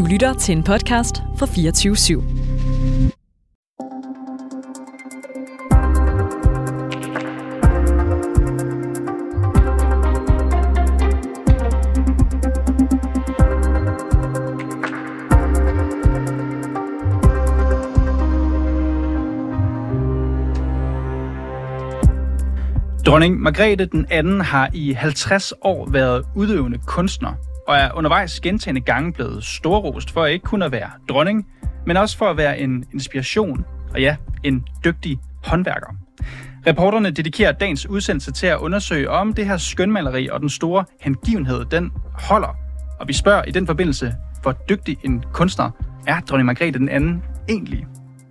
lytter til en podcast fra 24/7. Dronning Margrethe den anden har i 50 år været udøvende kunstner, og er undervejs gentagne gange blevet storrost for ikke kun at være dronning, men også for at være en inspiration, og ja, en dygtig håndværker. Reporterne dedikerer dagens udsendelse til at undersøge, om det her skønmaleri og den store hengivenhed, den holder. Og vi spørger i den forbindelse, hvor dygtig en kunstner er dronning Margrethe den anden egentlig?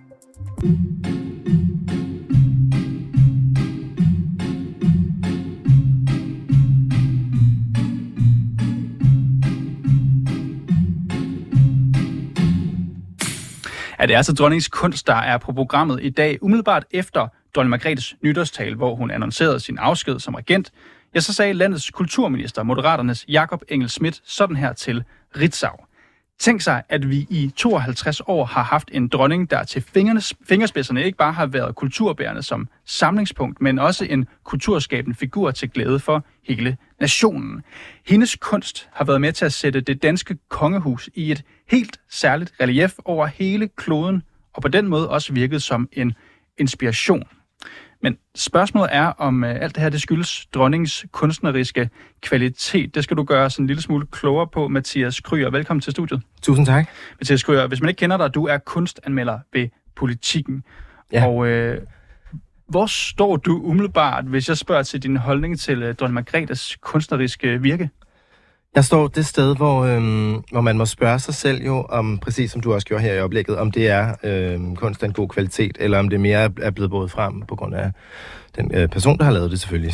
Det er altså dronningens kunst, der er på programmet i dag. Umiddelbart efter dronning Margrethes nytårstale, hvor hun annoncerede sin afsked som regent, så sagde landets kulturminister, Moderaternes Jakob Engel-Schmidt, sådan her til Ritzau. Tænk sig, at vi i 52 år har haft en dronning, der til fingerspidserne ikke bare har været kulturbærende som samlingspunkt, men også en kulturskabende figur til glæde for hele nationen. Hendes kunst har været med til at sætte det danske kongehus i et helt særligt relief over hele kloden, og på den måde også virket som en inspiration. Men spørgsmålet er, om alt det her det skyldes dronningens kunstneriske kvalitet. Det skal du gøre sådan en lille smule klogere på, Mathias Kryger. Velkommen til studiet. Tusind tak. Mathias Kryger, hvis man ikke kender dig, du er kunstanmelder ved Politikken. Ja. Og hvor står du umiddelbart, hvis jeg spørger til din holdning til dronning Margrethes kunstneriske virke? Jeg står det sted, hvor man må spørge sig selv jo, om præcis som du også gjorde her i oplægget, om det er kunst af en god kvalitet, eller om det mere er blevet båret frem på grund af den person, der har lavet det selvfølgelig.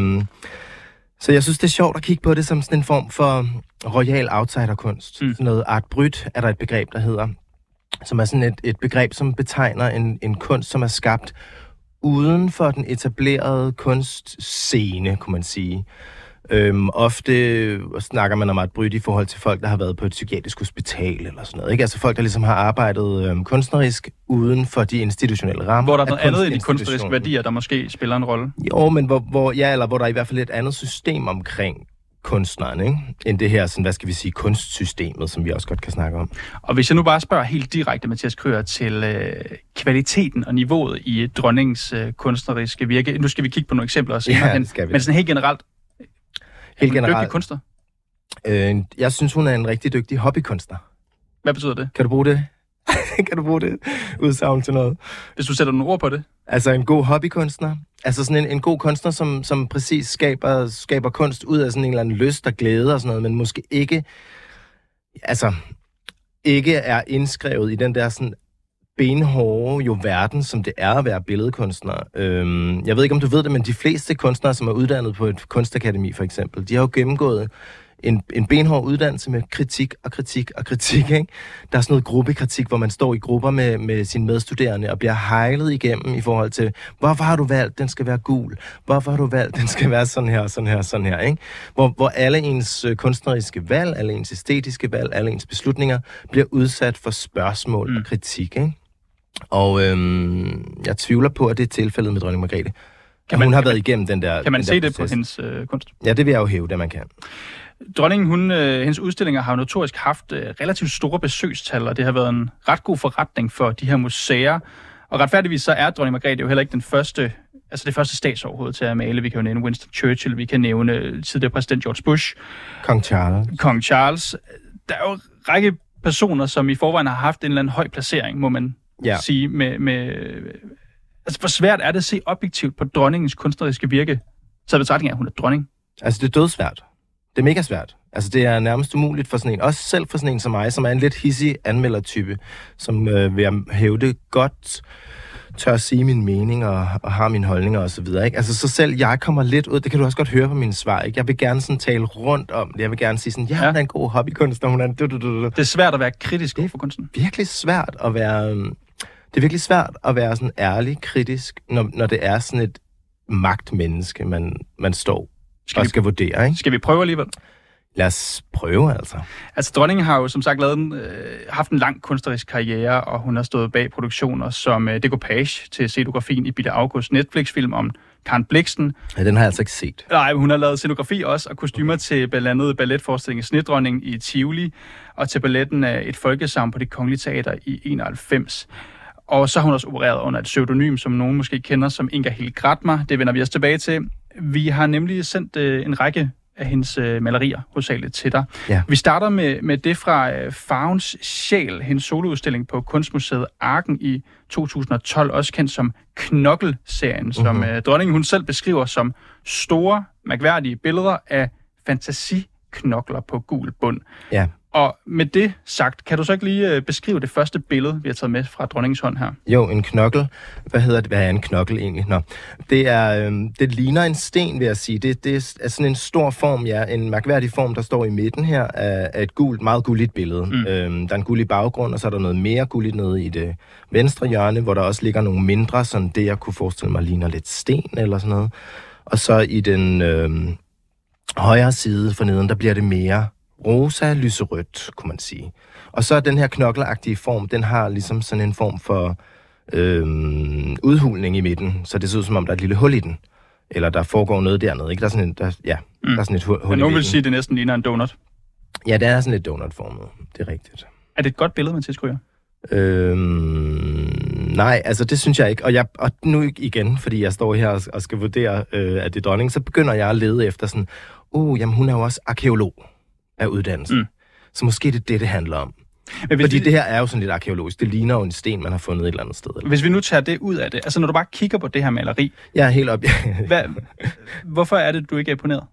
Så jeg synes, det er sjovt at kigge på det som sådan en form for royal outsiderkunst. Sådan noget art brut er der et begreb, der hedder, som er sådan et begreb, som betegner en kunst, som er skabt uden for den etablerede kunstscene, kunne man sige. Ofte snakker man om art brut i forhold til folk, der har været på et psykiatrisk hospital eller sådan noget, ikke? Altså folk, der ligesom har arbejdet kunstnerisk uden for de institutionelle rammer. Hvor der er noget andet i de kunstneriske værdier, der måske spiller en rolle. Jo, men hvor der er i hvert fald et andet system omkring kunstneren, ikke? End det her, sådan, hvad skal vi sige, kunstsystemet, som vi også godt kan snakke om. Og hvis jeg nu bare spørger helt direkte, Mathias Kryger, til kvaliteten og niveauet i dronningens kunstneriske virke. Nu skal vi kigge på nogle eksempler også. Ja, det skal vi. Men sådan helt generelt, helt generelt. Dygtig kunstner? Jeg synes, hun er en rigtig dygtig hobbykunstner. Hvad betyder det? Kan du bruge det? Kan du bruge det udsagn til noget? Hvis du sætter nogle ord på det. Altså en god hobbykunstner. Altså sådan en god kunstner, som præcis skaber kunst ud af sådan en eller anden lyst og glæde og sådan noget, men måske ikke er indskrevet i den der sådan benhårde verden, som det er at være billedkunstner. Jeg ved ikke, om du ved det, men de fleste kunstnere, som er uddannet på et kunstakademi for eksempel, de har jo gennemgået en benhård uddannelse med kritik, ikke? Der er sådan noget gruppekritik, hvor man står i grupper med sine medstuderende og bliver hejlet igennem i forhold til, hvorfor har du valgt, den skal være gul? Hvorfor har du valgt, den skal være sådan her, ikke? Hvor alle ens kunstneriske valg, alle ens æstetiske valg, alle ens beslutninger bliver udsat for spørgsmål og kritik, ikke? Og jeg tvivler på, at det er tilfældet med dronning Margrethe. Hun har været igennem den der. Kan man se det proces på hendes kunst? Ja, det vil jeg jo hæve, det man kan. Dronningen, hendes udstillinger har jo notorisk haft relativt store besøgstal, og det har været en ret god forretning for de her museer. Og retfærdigvis så er dronning Margrethe jo heller ikke det første statsoverhoved til at male. Vi kan jo nævne Winston Churchill, vi kan nævne tidligere præsident George Bush. Kong Charles. Der er jo en række personer, som i forvejen har haft en eller anden høj placering, må man sige. Altså, hvor svært er det at se objektivt på dronningens kunstneriske virke, så betragtning af, at hun er dronning? Altså, det er dødsvært. Det er mega svært. Altså, det er nærmest umuligt for sådan en, også selv for sådan en som mig, som er en lidt hissig anmeldertype, som vil hævde godt, tør at sige min mening og har mine holdninger og så videre, ikke? Altså, så selv jeg kommer lidt ud, det kan du også godt høre på mine svar, ikke? Jeg vil gerne sådan tale rundt om det. Jeg vil gerne sige sådan, hun er en god hobbykunstner, hun er en Det er svært at være kritisk over for kunsten. Det er virkelig svært at være sådan ærlig kritisk, når det er sådan et magtmenneske, man står og skal vurdere, ikke? Skal vi prøve alligevel? Lad os prøve, altså. Altså, dronningen har jo som sagt haft en lang kunstnerisk karriere, og hun har stået bag produktioner som dekopage til scenografien i Bille August Netflix-film om Karen Blixen. Ja, den har jeg altså ikke set. Nej, hun har lavet scenografi også, og kostymer til blandt andet balletforestillingen Snedronningen i Tivoli, og til balletten af Et Folkesagn på Det Kongelige Teater i 91. Og så har hun også opereret under et pseudonym, som nogen måske kender som Inga Hilgratmer. Det vender vi os tilbage til. Vi har nemlig sendt en række af hendes malerier hovedsageligt til dig. Ja. Vi starter med det fra Farvens Sjæl, hendes soloudstilling på Kunstmuseet Arken i 2012, også kendt som Knokkel-serien, som dronningen hun selv beskriver som store, mærkværdige billeder af fantasiknokler på gul bund. Ja. Og med det sagt, kan du så ikke lige beskrive det første billede, vi har taget med fra dronningens hånd her? Jo, en knokkel. Hvad er en knokkel egentlig? Nå. Det ligner en sten, vil jeg sige. Det er sådan en stor form, en mærkværdig form, der står i midten her af et meget gulligt billede. Der er en gullig baggrund, og så er der noget mere gulligt nede i det venstre hjørne, hvor der også ligger nogle mindre, sådan det, jeg kunne forestille mig, ligner lidt sten eller sådan noget. Og så i den højre side forneden, der bliver det mere rosa, lyserødt, kunne man sige. Og så den her knokkelagtige form, den har ligesom sådan en form for udhulning i midten, så det ser ud som om, der er et lille hul i den. Eller der foregår noget dernede, ikke? Der er sådan et hul i midten. Nogen vil sige, at det næsten ligner en donut. Ja, det er sådan lidt donutformet. Det er rigtigt. Er det et godt billede, Mathias Kryger? Nej, altså det synes jeg ikke. Og nu igen, fordi jeg står her og skal vurdere, at det er dronning, så begynder jeg at lede efter sådan, jamen hun er jo også arkæolog af uddannelsen. Så måske det handler om. Fordi det her er jo sådan lidt arkæologisk. Det ligner jo en sten, man har fundet et eller andet sted. Hvis vi nu tager det ud af det, altså når du bare kigger på det her maleri. Jeg er helt op. Hvorfor er det, du ikke er imponeret?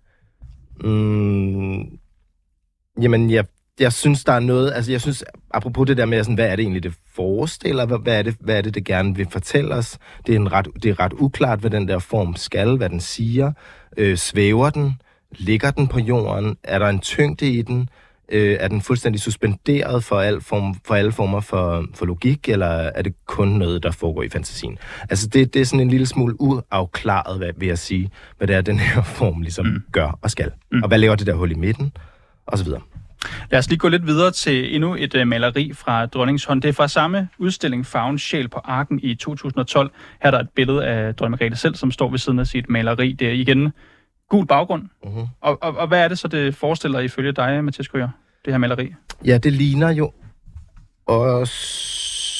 Jamen, jeg synes, der er noget. Altså, jeg synes, apropos det der med, sådan, hvad er det egentlig, det forestiller? Hvad er det gerne vil fortælle os? Det er ret uklart, hvad den der form skal, hvad den siger. Svæver den? Ligger den på jorden? Er der en tyngde i den? Er den fuldstændig suspenderet for alle former for logik, eller er det kun noget, der foregår i fantasien? Altså, det er sådan en lille smule uafklaret, vil jeg sige, hvad det er, den her form ligesom gør og skal. Og hvad laver det der hul i midten? Og så videre. Lad os lige gå lidt videre til endnu et maleri fra dronningens hånd. Det er fra samme udstilling, Farvens Sjæl på Arken i 2012. Her er der et billede af dronning Margrethe selv, som står ved siden af sit maleri. Det er igen gul baggrund. Og hvad er det så, det forestiller ifølge dig, Mathias Kryger, det her maleri? Ja, det ligner jo også...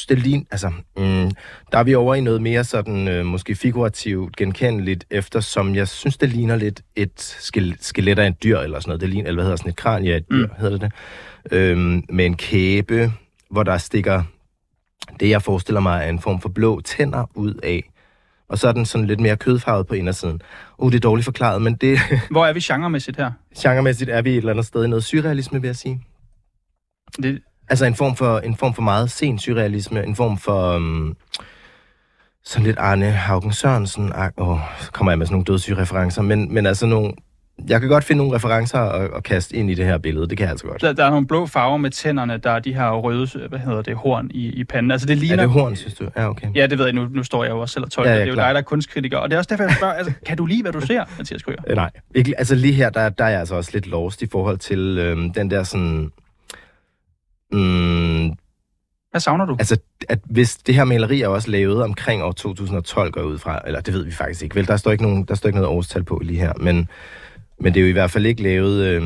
der er vi over i noget mere sådan, måske figurativt, genkendeligt, eftersom jeg synes, det ligner lidt et skelet af en dyr, eller sådan noget. Det ligner, eller hvad hedder sådan et kranie af et dyr, hedder det. Med en kæbe, hvor der stikker det, jeg forestiller mig, er en form for blå tænder ud af. Og så er den sådan lidt mere kødfarvet på indersiden. Det er dårligt forklaret, men det... Hvor er vi genremæssigt her? Genremæssigt er vi et eller andet sted i noget surrealisme, vil jeg sige. Altså en form for meget sen surrealisme, en form for sådan lidt Arne Haugen Sørensen. Så kommer jeg med sådan nogle dødssyge-referencer, men altså nogle... Jeg kan godt finde nogle referencer og kaste ind i det her billede, det kan jeg altså godt. Der er nogle blå farver med tænderne, der er de her røde, horn i panden. Altså det ligner... Er det horn, synes du? Ja, okay. Ja, det ved jeg, nu står jeg jo også selv og tolker. Ja, det er jo dig, der er kunstkritiker, og det er også derfor, jeg spørger, altså, kan du lide, hvad du ser, Mathias Kryger? Nej, ikke, altså lige her, der er jeg altså også lidt lost i forhold til den der sådan... Hvad savner du? Altså, at hvis det her maleri er også lavet omkring år 2012, går ud fra, eller det ved vi faktisk ikke, vel? Der står ikke noget årstal på lige her, men det er jo i hvert fald ikke lavet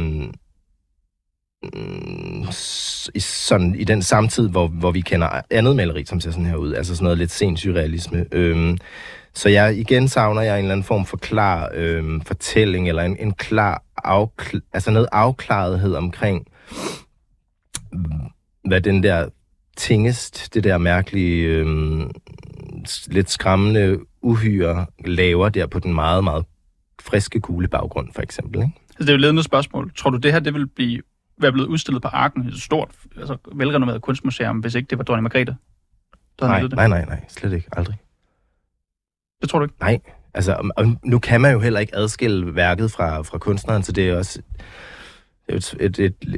i den samtid, hvor vi kender andet maleri, som ser sådan her ud. Altså sådan noget lidt sen surrealisme. Så igen savner jeg en eller anden form for klar fortælling, eller en klar noget afklarethed omkring, hvad den der tingest, det der mærkelige, lidt skræmmende uhyre laver der på den meget, meget friske, gule baggrund, for eksempel, ikke? Altså, det er jo ledende spørgsmål. Tror du, det her det vil være blevet udstillet på Arken, et stort, altså velrenommeret kunstmuseum, hvis ikke det var dronning Margrethe? Nej, slet ikke. Aldrig. Det tror du ikke? Nej. Altså, og nu kan man jo heller ikke adskille værket fra kunstneren, så det er også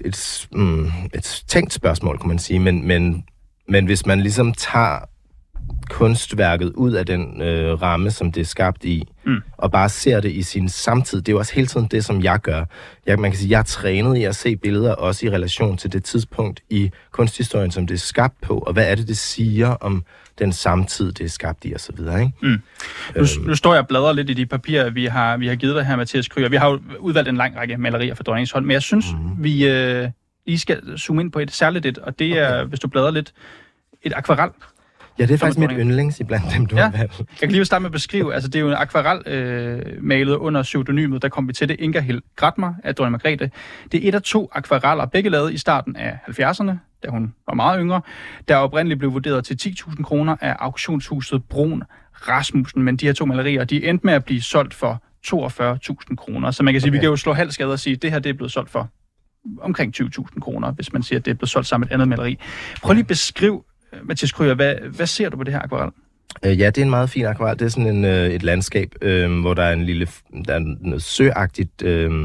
et tænkt spørgsmål, kunne man sige. Men hvis man ligesom tager kunstværket ud af den ramme, som det er skabt i, og bare ser det i sin samtid. Det er jo også hele tiden det, som jeg gør. Man kan sige, jeg er trænet i at se billeder også i relation til det tidspunkt i kunsthistorien, som det er skabt på, og hvad er det siger om den samtid, det er skabt i, og så videre, ikke? Nu står jeg og bladrer lidt i de papirer, vi har givet dig her, Mathias Kryger. Vi har jo udvalgt en lang række malerier fra Dronningens hånd, men jeg synes, vi lige skal zoome ind på et særligt et, og det er, hvis du bladrer lidt, et akvarel. Ja, det er faktisk mit yndlings iblandt dem, du har valgt. Jeg kan lige starte med at beskrive, altså det er jo en akvarel malet under pseudonymet, der kom vi til det, Inga Hill Gratmer af Dronning Margrethe. Det er et af 2 akvareller, begge lavet i starten af 70'erne, da hun var meget yngre, der oprindeligt blev vurderet til 10.000 kroner af auktionshuset Brun Rasmussen, men de her 2 malerier, de endte med at blive solgt for 42.000 kroner. Så man kan sige, vi kan jo slå halvskade og sige, at det her det er blevet solgt for omkring 20.000 kroner, hvis man siger, at det er blevet solgt sammen med et andet maleri. Prøv lige at beskrive, Mathias Kryger, hvad ser du på det her akvarel? Ja, det er en meget fin akvarel. Det er sådan et landskab, hvor der er noget søagtigt,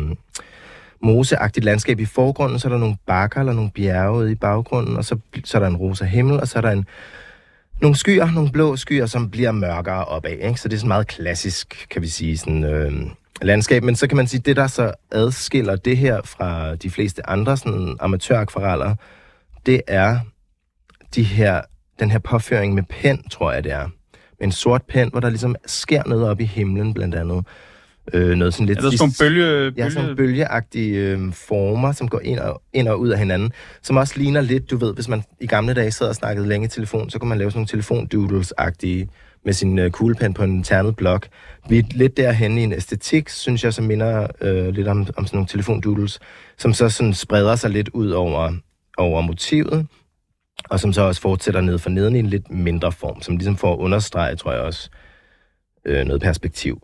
moseagtigt landskab i forgrunden, så er der nogle bakker eller nogle bjerge i baggrunden, og så er der en rosa himmel, og så er der nogle skyer, nogle blå skyer, som bliver mørkere opad, ikke? Så det er sådan meget klassisk, kan vi sige, sådan landskab. Men så kan man sige, det der så adskiller det her fra de fleste andre sådan amatørakvareller, det er den her påføring med pen, tror jeg det er. Med en sort pen, hvor der ligesom sker noget op i himlen, blandt andet. Noget sådan lidt... Er der sådan nogle Ja, sådan bølgeagtige former, som går ind og ud af hinanden. Som også ligner lidt, du ved, hvis man i gamle dage sad og snakkede længe i telefon, så kunne man lave sådan nogle telefondoodles-agtige med sin kuglepen på en ternet blok. Vi er lidt derhen i en æstetik, synes jeg, som minder lidt om sådan nogle telefondoodles, som så sådan spreder sig lidt ud over motivet, og som så også fortsætter ned for neden i en lidt mindre form, som ligesom får at understrege, tror jeg også, noget perspektiv.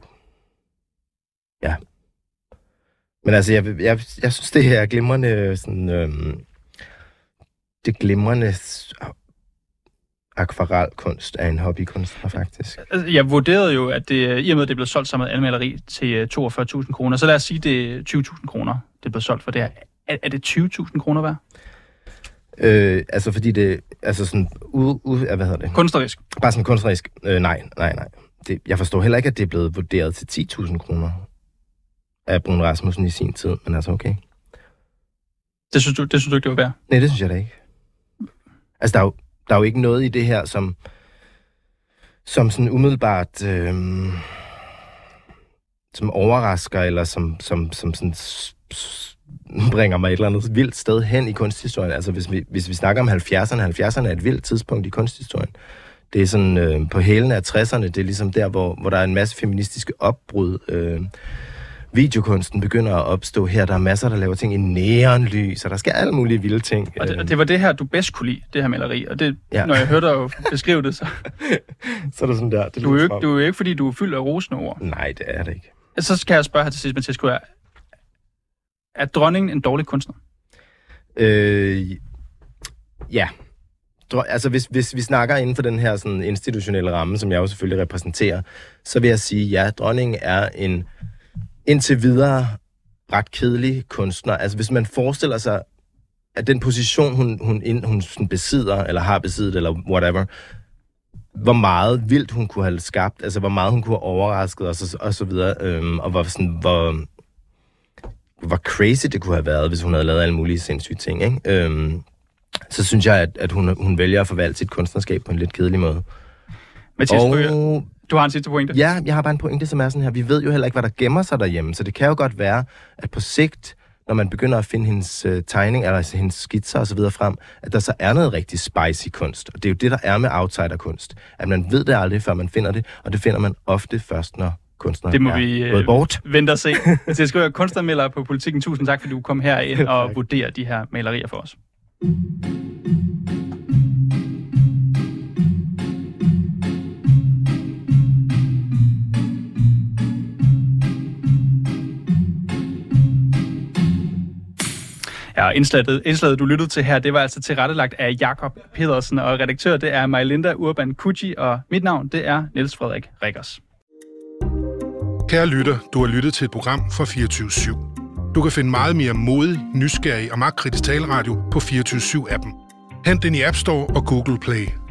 Ja. Men altså, jeg synes, det her er glimrende, sådan, det glimrende akvarelkunst er en hobbykunstner, faktisk. Jeg vurderede jo, at det, i og med, at det blev solgt sammen med almaleri til 42.000 kroner, så lad os sige, det er 20.000 kroner, det blev solgt for det her. Er det 20.000 kroner værd? Altså, fordi det, altså sådan, hvad hedder det? Kunstnerisk. Bare sådan kunstnerisk. Nej. Jeg forstår heller ikke, at det er blevet vurderet til 10.000 kroner af Brun Rasmussen i sin tid, men altså okay. Det synes du ikke, det var værd? Nej, det synes jeg da ikke. Altså, der er jo ikke noget i det her, som sådan umiddelbart som overrasker, eller som sådan bringer mig et eller andet vildt sted hen i kunsthistorien. Altså, hvis vi snakker om 70'erne er et vildt tidspunkt i kunsthistorien. Det er sådan på hælene af 60'erne, det er ligesom der, hvor der er en masse feministiske opbrud. Videokunsten begynder at opstå her. Der er masser, der laver ting i neonlys, og der sker alle mulige vilde ting. Og det var det her, du bedst kunne lide, det her maleri. Og det, når jeg hørte dig beskrive det, så... så er det sådan der. Du er jo ikke, fordi du er fyldt af rosende ord. Nej, det er det ikke. Så skal jeg spørge her til sidst, Mathias Kryger. Er dronningen en dårlig kunstner? Ja. Altså, hvis vi snakker inden for den her sådan institutionelle ramme, som jeg jo selvfølgelig repræsenterer, så vil jeg sige, ja, dronningen er en indtil videre ret kedelig kunstner. Altså, hvis man forestiller sig, at den position, hun besidder, eller har besiddet, eller whatever, hvor meget vildt hun kunne have skabt, altså hvor meget hun kunne have overrasket os, og så videre, og hvor crazy det kunne have været, hvis hun havde lavet alle mulige sindssyge ting, ikke? Så synes jeg, at hun vælger at forvalte sit kunstnerskab på en lidt kedelig måde. Mathias Kryger, du har en sidste pointe? Ja, jeg har bare en pointe, som er sådan her. Vi ved jo heller ikke, hvad der gemmer sig derhjemme, så det kan jo godt være, at på sigt, når man begynder at finde hendes tegning, eller altså hendes skitser og så videre frem, at der så er noget rigtig spicy kunst. Og det er jo det, der er med outsiderkunst. At man ved det aldrig, før man finder det, og det finder man ofte først, når kunstnere det må vi vente og se. Mathias Kryger, kunstnermelder på Politikken. Tusind tak, fordi du kom her ind og vurderer de her malerier for os. Ja, indslaget, du lyttede til her, det var altså tilrettelagt af Jakob Pedersen, og redaktør, det er Majlinda Urban Kucci, og mit navn, det er Niels Frederik Riggers. Kære lytter, du har lyttet til et program fra 24/7. Du kan finde meget mere modig, nysgerrig og magtkritisk taleradio på 24/7-appen. Hent den i App Store og Google Play.